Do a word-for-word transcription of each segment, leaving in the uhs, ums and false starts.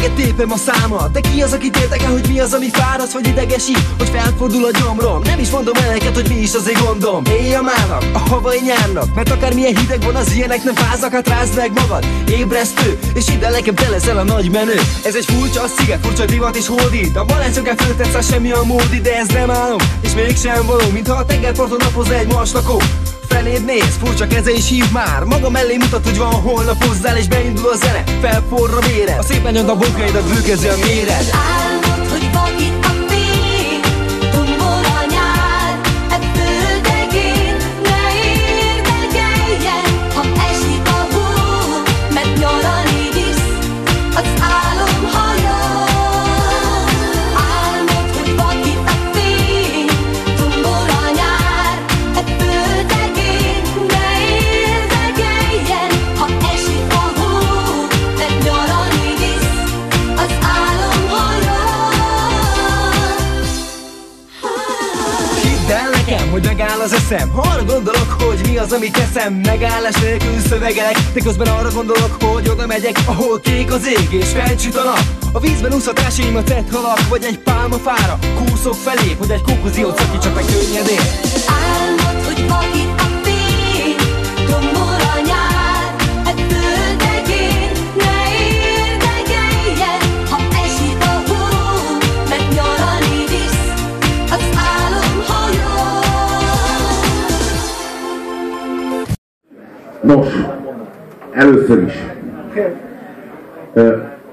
neked tépem a számat. De ki az, akit érdekel, hogy mi az, ami fáraszt vagy idegesít, hogy felfordul a gyomrom? Nem is mondom el neked, hogy mi is az én gondom. Éjjel mának, a havai nyárnak, mert akármilyen hideg van, az ilyenek nem fáznak. Hát rázd meg magad, ébresztő, és hidd el nekem, te leszel a nagy menő. Ez egy furcsa sziget, furcsa divat és hódít. A balázsok elföltetsz, a semmi a módi, de ez nem álom, és mégsem való, mintha a tengerparton napozna egy marslakó. Feléd néz, furcsa keze és hív már. Maga mellé mutat, hogy van holnap hozzál, és beindul a zene, felforr a véred. A szépen nyomd a bonkaidat, bőkezzi a méred. Álmod, hogy vakít a fény, tombol a nyár, e földegén. Ne érdekeljen, ha esik a hó, mert nyaralni visz az álomhajó. Álmod, hogy vakít a fény, tombol a nyár, e földegén. Ne érdekeljen, ha esik a hó, mert nyaralni visz az álomhajó. Hidd el nekem, hogy megáll az eszem, ha arra gondolok, hogy mi az, amit teszem. Megállás nélkül szövegelek, de közben arra gondolok, hogy oda megyek, ahol kék az ég és felcsüt a nap. A vízben úszhat társaim tett halak, vagy egy pálmafára kúszok felé, hogy egy kókuziót szakítsak meg könnyedén. Álmod, hogy vakít a fény, tombol a nyár, e földegén. Ne érdekeljen, ha esik a hó, mert nyaralni visz az álomhajó. Nos, először is. Ö,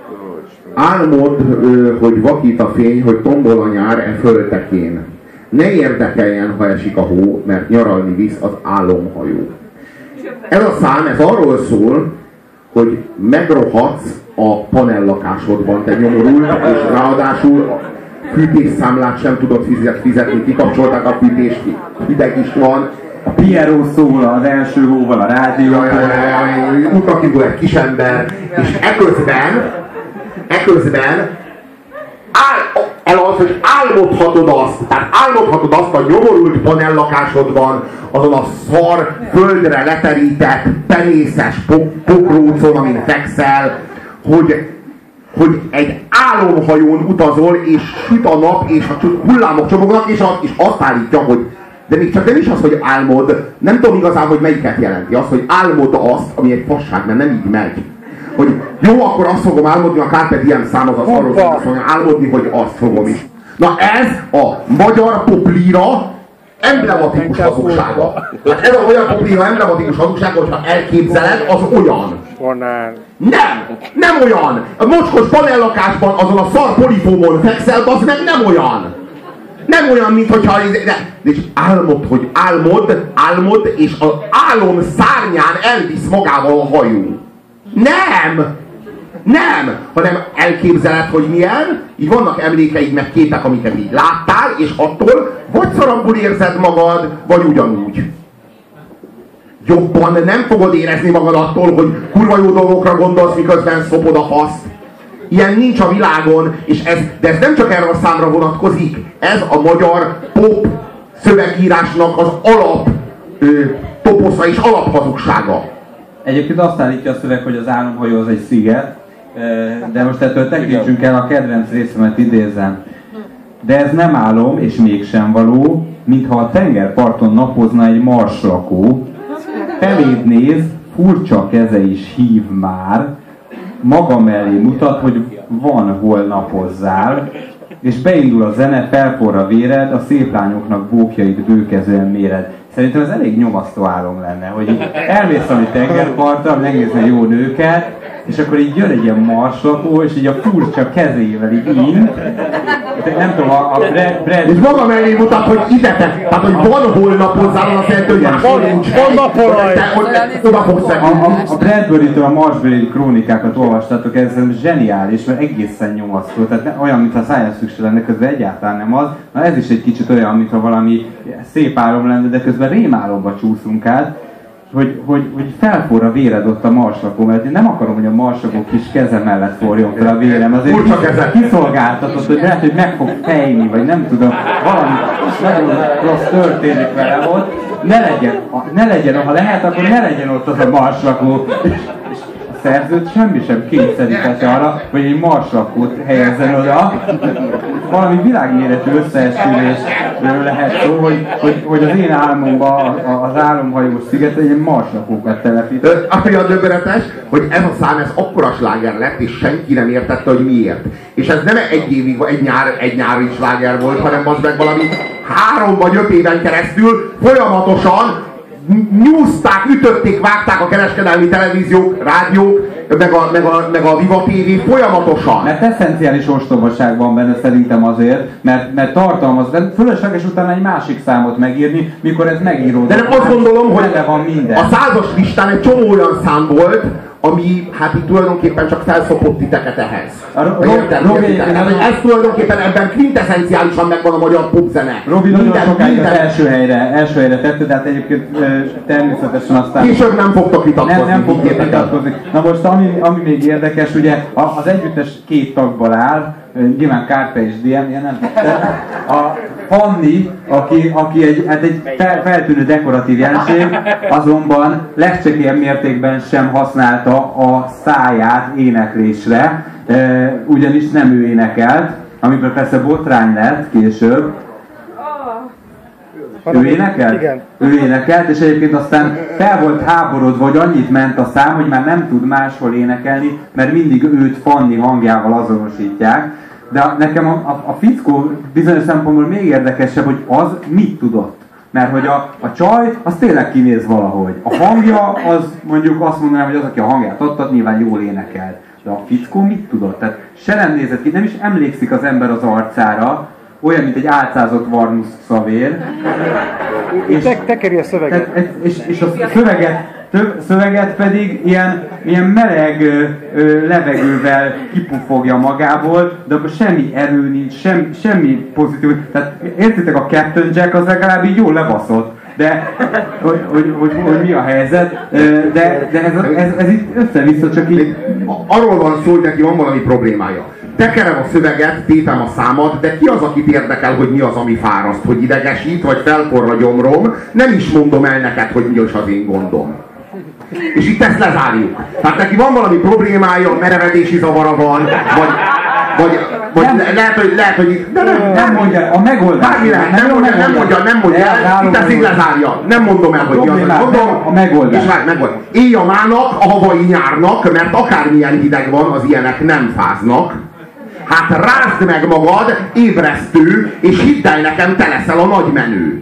álmod, ö, hogy vakít a fény, hogy tombol a nyár e földtekén. Ne érdekeljen, ha esik a hó, mert nyaralni visz az álomhajó. Ez a szám, ez arról szól, hogy megrohadsz a panellakásodban, te nyomorult, és ráadásul a fűtésszámlát sem tudod fizetni, kikapcsolták a fűtést, hideg is van. A Piero szól az első hóval a rádióban. Útra indul egy kisember, és eközben, eközben áll, el az, hogy álmodhatod azt, tehát álmodhatod azt a nyomorult panellakásodban, azon a szar, földre leterített, penészes pokrócon, amin fekszel, hogy, hogy egy álomhajón utazol, és süt a nap, és a hullámok csobognak, és, az, és azt állítja, hogy de még csak nem is az, hogy álmod, nem tudom igazán, hogy melyiket jelenti. Az, hogy álmod azt, ami egy fasság, mert nem így megy. Hogy jó, akkor azt fogom álmodni, a Carpe Diem szám az arról fogom álmodni, hogy azt fogom is. Na ez a magyar poplíra emblematikus hazugsága. Hát ez a magyar poplíra emblematikus hazugsága, hogyha elképzeled, az olyan. Nem! Nem olyan! A mocskos panellakásban azon a szar polifómon fekszel, az meg nem olyan! Nem olyan, mint hogyha... De, és álmod, hogy álmod, álmod, és az álom szárnyán elvisz magával a hajó. Nem! Nem! Hanem elképzeled, hogy milyen, így vannak emlékeid, meg képek, amiket így láttál, és attól vagy szarabból érzed magad, vagy ugyanúgy. Jobban nem fogod érezni magad attól, hogy kurva jó dolgokra gondolsz, miközben szopod a faszt. Ilyen nincs a világon, és ez, de ez nem csak erre a számra vonatkozik, ez a magyar pop szövegírásnak az alap ö, toposza és alaphazugsága. Egyébként azt állítja a szöveg, hogy az álomhajó az egy sziget, de most ettől tekintsünk el, a kedvenc részemet idézem. De ez nem álom, és mégsem való, mintha a tengerparton napozna egy marslakó. Feléd néz, furcsa keze is hív már, maga mellé mutat, hogy van hol napozzál, és beindul a zene, felforr a véred, a szép lányoknak bókjait bőkezően méred. Szerintem ez elég nyomasztó álom lenne, hogy így elmész a tengerpartra, megnézni jó nőket, és akkor így jön egy ilyen marslakó, és így a furcsa kezével így int. Nem tudom, a, a Brad... Brad... És maga mellé mutat, hogy ide te, tehát hogy van hol napozzál, azt jelenti, hogy máshol nincs. Van napolaj! Oda fogsz a, a Bradbury-től a Marsbeli krónikákat olvastatok, ez zseniális, mert egészen nyomasztó. Tehát ne, olyan, mintha science fiction lenne, közben egyáltalán nem az. Na ez is egy kicsit olyan, mintha valami szép álom lenne, de közben rémálomba csúszunk át. Hogy, hogy, hogy felforr a véred ott a marslakó, mert én nem akarom, hogy a marslakó kis keze mellett forjon fel a vérem, azért kiszolgáltatott, hogy lehet, hogy meg fog fejni, vagy nem tudom, valami nagyon rossz történik vele ott, ne legyen, ne legyen, ha lehet, akkor ne legyen ott az a marslakó. És a szerzőt semmi sem kényszerítette arra, hogy egy marslakót helyezzen oda. Valami világméretű összeesküvésről lehet szó, hogy, hogy, hogy az én álmomban az álomhajós sziget egy marslakókat telepít. Ami a döbbenetes, hogy ez a szám, ez akkora sláger lett, és senki nem értette, hogy miért. És ez nem egy évig, egy, nyár, egy nyári sláger volt, hanem az meg valami három vagy öt éven keresztül folyamatosan nyúzták, ütötték, vágták a kereskedelmi televíziók, rádiók, meg a, meg a, meg a Viva té vé folyamatosan. Mert eszenciális ostobaság van benne szerintem azért, mert, mert tartalmaz, de fölösleges utána egy másik számot megírni, mikor ez megíródott. De nem azt gondolom, hogy van minden. A százas listán egy csomó olyan szám volt, ami hát itt tulajdonképpen csak felszopott titeket ehhez. Ez tulajdonképpen ebben quintessenciálisan megvan a magyar popzene. Robi nagyon sokáig az első helyre, első helyre tette, de hát egyébként természetesen aztán... Később nem fogtok vitatkozni. Nem, nem fogtok vitatkozni. Na most ami, ami még érdekes, ugye az együttes két tagból áll, nyilván Kárpe és dé em, nem? A Fanni, aki, aki egy, hát egy fel, feltűnő dekoratív jelenség, azonban legcsekélyebb mértékben sem használta a száját éneklésre, ugyanis nem ő énekelt, amiből persze botrány lett később. Ő énekelt? Igen. Ő énekelt, és egyébként aztán fel volt háborodva, hogy annyit ment a szám, hogy már nem tud máshol énekelni, mert mindig őt Fanni hangjával azonosítják. De nekem a, a, a fickó bizonyos szempontból még érdekesebb, hogy az mit tudott. Mert hogy a, a csaj, az tényleg kinéz valahogy. A hangja, az mondjuk azt mondanám, hogy az, aki a hangját adta, nyilván jól énekel. De a fickó mit tudott? Tehát se nem nézett ki, nem is emlékszik az ember az arcára, olyan, mint egy álcázott Varnusz szavér. És te, tekeri a szöveget. Tehát, és, és a szöveget, több, szöveget pedig ilyen, ilyen meleg ö, ö, levegővel kipufogja magából, de akkor semmi erő nincs, sem, semmi pozitív. Tehát értitek, a Captain Jack az legalább így jól lebaszott. De, hogy, hogy, hogy, hogy mi a helyzet, de, de ez, ez, ez itt össze-vissza csak így... Arról van szó, hogy neki van valami problémája. Tekerem a szöveget, tétem a számat, de ki az, akit érdekel, hogy mi az, ami fáraszt, hogy idegesít, vagy felforra gyomrom, nem is mondom el neked, hogy mi az én gondom. És itt ezt lezárjuk. Tehát neki van valami problémája, merevedési zavara van, vagy... Vagy, vagy nem, le, lehet, hogy... Lehet, hogy de nem, nem mondja, a megoldás. Bármi lehet, nem, nem mondja, nem mondja, nem mondja el, itt ezt így lezárja. Nem mondom el, hogy mi az, hogy mondom. A megoldás. És várj, megoldás. Éjjamának, a havai nyárnak, mert akármilyen hideg van, az ilyenek nem fáznak. Hát rázd meg magad, ébresztő, és hidd el nekem, te leszel a nagy menő.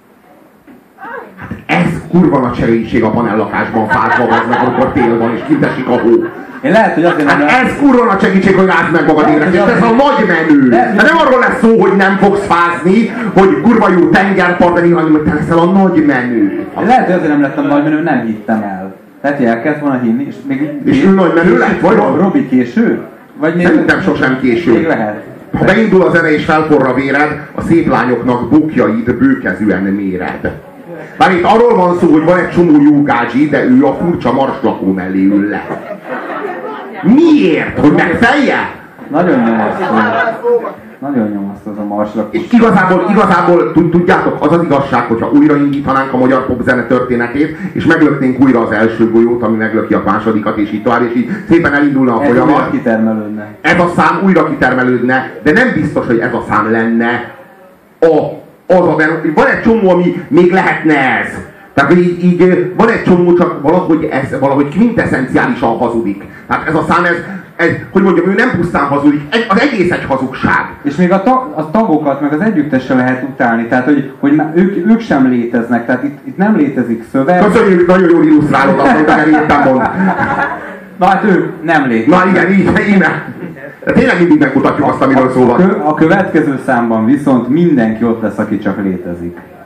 Hát ez kurva nagy segítség a panellakásban fázva vaznak, amikor tél van, és kint esik a hó. Én lehet, hogy azért hát nem... ez kurva nagy segítség, hogy rázd meg magad ébresztő, és ez a nagy menő. Hát nem arról lesz szó, hogy nem fogsz fázni, hogy kurva jó tengerpartani, hanem hogy te leszel a nagy menő. Én lehet, hogy azért nem lettem nagy menő, nem hittem el. Tehát, hogy el kellett volna hinni, és még... És ő nagy menő lett, vagy? Robi késő? Vagy még... Szerintem sosem késő. Még lehet. Ha beindul a zene és felforra a véred, a szép lányoknak bukjait bőkezűen méred. Bár itt arról van szó, hogy van egy csomó jó gádzsi, de ő a furcsa marslakó mellé ül le. Miért? Hogy megfelje? Nagyon nyomasztó. Nagyon nyomasztó az a marslakó. És igazából, igazából tudjátok, az az igazság, hogyha újraindítanánk a magyar popzene történetét, és meglöknénk újra az első golyót, ami meglöki a másodikat, és így tovább, és így szépen elindulna a ez folyamat. újra kitermelődne. Ez a szám újra kitermelődne, de nem biztos, hogy ez a szám lenne a, az a, van egy csomó, ami még lehetne ez. Tehát így, így van egy csomó, csak valahogy ez valahogy quintessenciálisan hazudik. Tehát ez a szám, ez, ez, hogy mondjam, ő nem pusztán hazudik, az egész egy hazugság. És még a, tag, a tagokat, meg az együttessel lehet utálni, tehát hogy, hogy ők, ők sem léteznek, tehát itt, itt nem létezik szöveg. Köszönjük, nagyon jól illusztrálod azt, amit elértem mond. Na hát ők nem léteznek. Na igen, így, íme. Tényleg mindig megmutatjuk azt, amiről szó van. A következő számban viszont mindenki ott lesz, aki csak létezik.